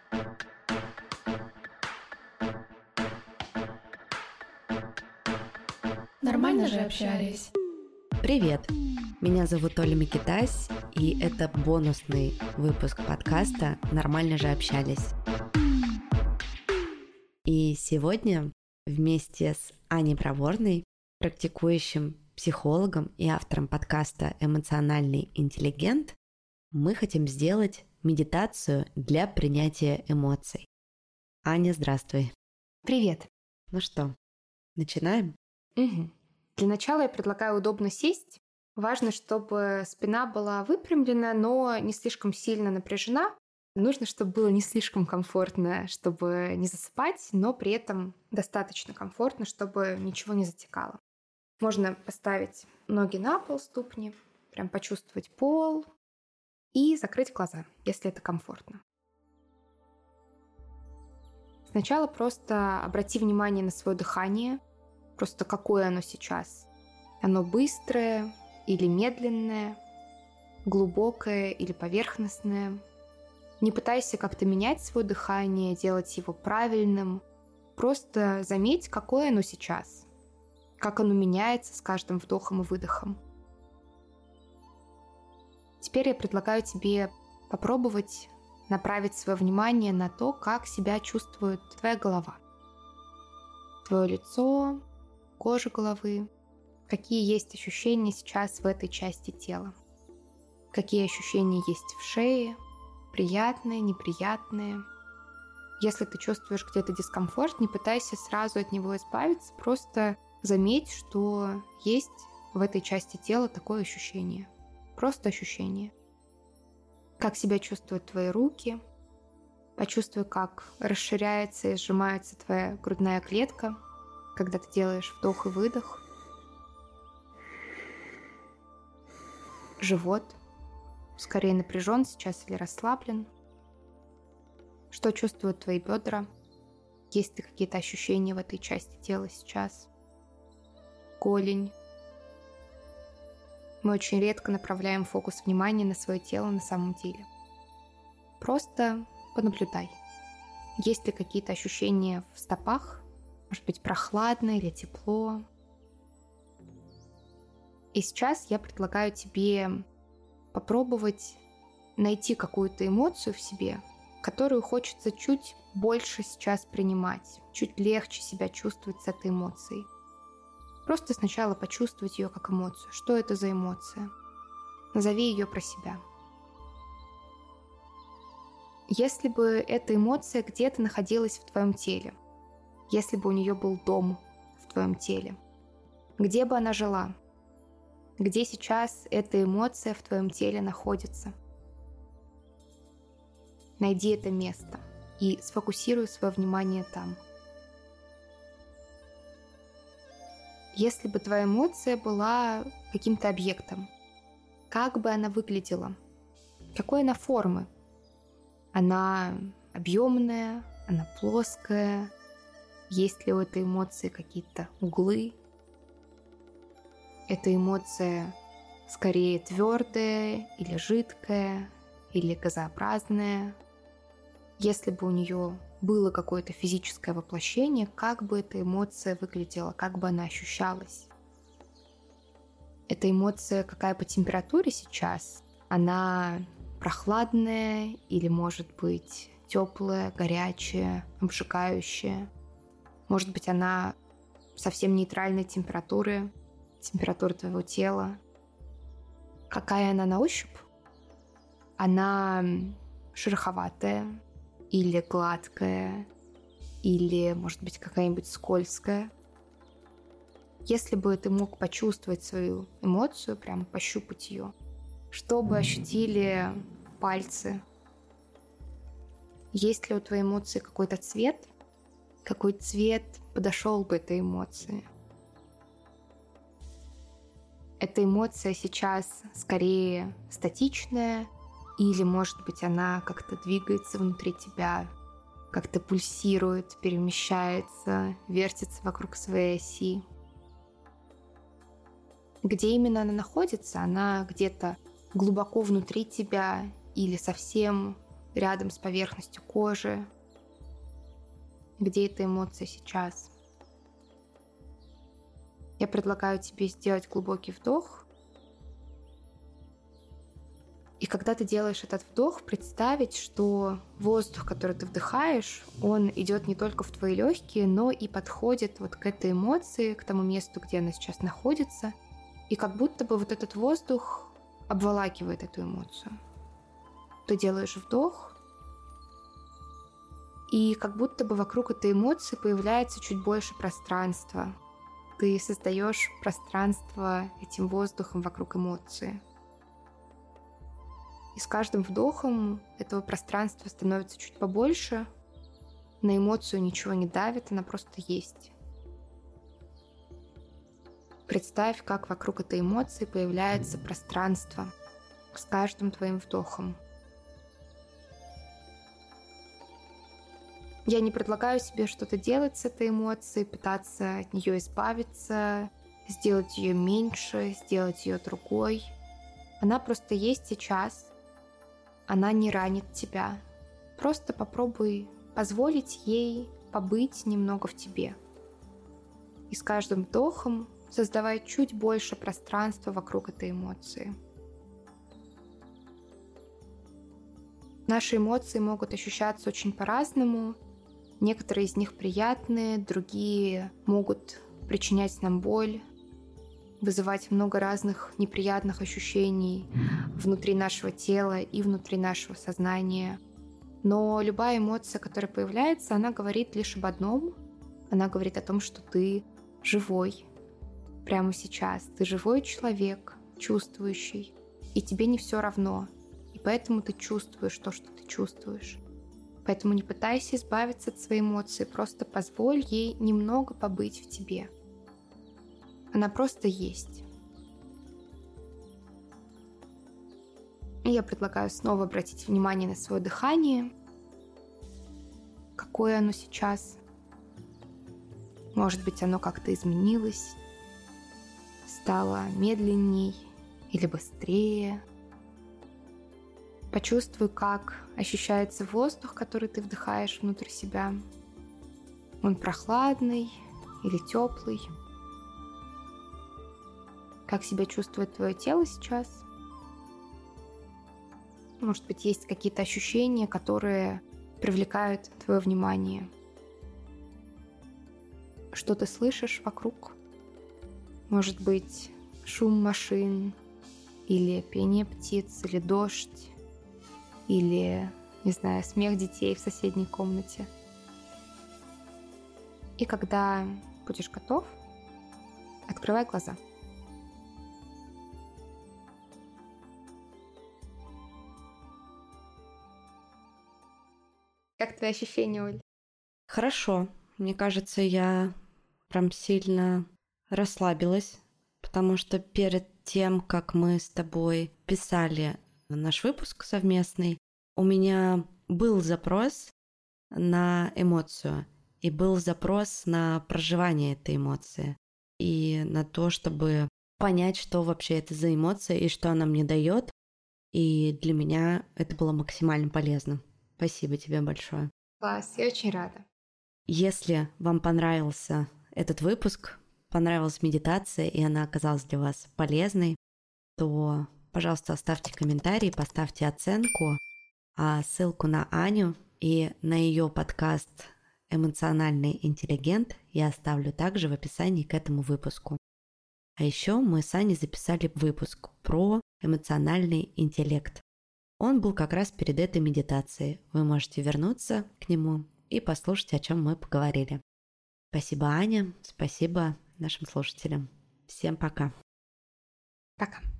Нормально же общались. Привет! Меня зовут Оля Микитась, и это бонусный выпуск подкаста «Нормально же общались». И сегодня вместе с Аней Проворной, практикующим психологом и автором подкаста «Эмоциональный интеллигент», мы хотим сделать медитацию для принятия эмоций. Аня, здравствуй. Привет. Ну что, начинаем? Угу. Для начала я предлагаю удобно сесть. Важно, чтобы спина была выпрямлена, но не слишком сильно напряжена. Нужно, чтобы было не слишком комфортно, чтобы не засыпать, но при этом достаточно комфортно, чтобы ничего не затекало. Можно поставить ноги на пол, ступни, прям почувствовать пол и закрыть глаза, если это комфортно. Сначала просто обрати внимание на свое дыхание, просто какое оно сейчас. Оно быстрое или медленное, глубокое или поверхностное. Не пытайся как-то менять свое дыхание, делать его правильным. Просто заметь, какое оно сейчас, как оно меняется с каждым вдохом и выдохом. Теперь я предлагаю тебе попробовать направить свое внимание на то, как себя чувствует твоя голова. Твое лицо, кожа головы, какие есть ощущения сейчас в этой части тела. Какие ощущения есть в шее, приятные, неприятные. Если ты чувствуешь где-то дискомфорт, не пытайся сразу от него избавиться, просто заметь, что есть в этой части тела такое ощущение. Просто ощущение. Как себя чувствуют твои руки. Почувствуй, как расширяется и сжимается твоя грудная клетка, когда ты делаешь вдох и выдох. Живот скорее напряжен сейчас или расслаблен. Что чувствуют твои бедра? Есть ли какие-то ощущения в этой части тела сейчас? Голень. Мы очень редко направляем фокус внимания на свое тело на самом деле. Просто понаблюдай. Есть ли какие-то ощущения в стопах? Может быть, прохладно или тепло? И сейчас я предлагаю тебе попробовать найти какую-то эмоцию в себе, которую хочется чуть больше сейчас принимать, чуть легче себя чувствовать с этой эмоцией. Просто сначала почувствовать ее как эмоцию. Что это за эмоция? Назови ее про себя. Если бы эта эмоция где-то находилась в твоем теле, если бы у нее был дом в твоем теле, где бы она жила? Где сейчас эта эмоция в твоем теле находится? Найди это место и сфокусируй свое внимание там. Если бы твоя эмоция была каким-то объектом, как бы она выглядела? Какой она формы? Она объемная, она плоская? Есть ли у этой эмоции какие-то углы? Эта эмоция скорее твердая или жидкая, или газообразная. Если бы у нее было какое-то физическое воплощение, как бы эта эмоция выглядела, как бы она ощущалась? Эта эмоция какая по температуре сейчас? Она прохладная или, может быть, теплая, горячая, обжигающая? Может быть, она совсем нейтральной температуры, температура твоего тела? Какая она на ощупь? Она шероховатая или гладкая, или, может быть, какая-нибудь скользкая? Если бы ты мог почувствовать свою эмоцию, прям пощупать ее, что бы ощутили пальцы? Есть ли у твоей эмоции какой-то цвет? Какой цвет подошел бы этой эмоции? Эта эмоция сейчас скорее статичная, или, может быть, она как-то двигается внутри тебя, как-то пульсирует, перемещается, вертится вокруг своей оси. Где именно она находится? Она где-то глубоко внутри тебя или совсем рядом с поверхностью кожи. Где эта эмоция сейчас? Я предлагаю тебе сделать глубокий вдох. И когда ты делаешь этот вдох, представить, что воздух, который ты вдыхаешь, он идет не только в твои легкие, но и подходит вот к этой эмоции, к тому месту, где она сейчас находится. И как будто бы вот этот воздух обволакивает эту эмоцию. Ты делаешь вдох, и как будто бы вокруг этой эмоции появляется чуть больше пространства. Ты создаешь пространство этим воздухом вокруг эмоции. И с каждым вдохом этого пространства становится чуть побольше. На эмоцию ничего не давит, она просто есть. Представь, как вокруг этой эмоции появляется пространство с каждым твоим вдохом. Я не предлагаю себе что-то делать с этой эмоцией, пытаться от нее избавиться, сделать ее меньше, сделать ее другой. Она просто есть сейчас. Она не ранит тебя. Просто попробуй позволить ей побыть немного в тебе. И с каждым вдохом создавай чуть больше пространства вокруг этой эмоции. Наши эмоции могут ощущаться очень по-разному. Некоторые из них приятные, другие могут причинять нам боль, вызывать много разных неприятных ощущений внутри нашего тела и внутри нашего сознания. Но любая эмоция, которая появляется, она говорит лишь об одном. Она говорит о том, что ты живой прямо сейчас. Ты живой человек, чувствующий. И тебе не все равно. И поэтому ты чувствуешь то, что ты чувствуешь. Поэтому не пытайся избавиться от своей эмоции. Просто позволь ей немного побыть в тебе. Она просто есть. И я предлагаю снова обратить внимание на свое дыхание. Какое оно сейчас? Может быть, оно как-то изменилось, стало медленней или быстрее. Почувствуй, как ощущается воздух, который ты вдыхаешь внутрь себя. Он прохладный или теплый. Как себя чувствует твое тело сейчас? Может быть, есть какие-то ощущения, которые привлекают твое внимание. Что ты слышишь вокруг? Может быть, шум машин, или пение птиц, или дождь, или, не знаю, смех детей в соседней комнате. И когда будешь готов, открывай глаза. Как твои ощущения, Оль? Хорошо. Мне кажется, я прям сильно расслабилась, потому что перед тем, как мы с тобой писали наш выпуск совместный, у меня был запрос на эмоцию, и был запрос на проживание этой эмоции, и на то, чтобы понять, что вообще это за эмоция и что она мне дает. И для меня это было максимально полезно. Спасибо тебе большое. Класс, я очень рада. Если вам понравился этот выпуск, понравилась медитация, и она оказалась для вас полезной, то, пожалуйста, оставьте комментарий, поставьте оценку, а ссылку на Аню и на ее подкаст «Эмоциональный интеллигент» я оставлю также в описании к этому выпуску. А еще мы с Аней записали выпуск про эмоциональный интеллект. Он был как раз перед этой медитацией. Вы можете вернуться к нему и послушать, о чем мы поговорили. Спасибо, Аня. Спасибо нашим слушателям. Всем пока. Пока.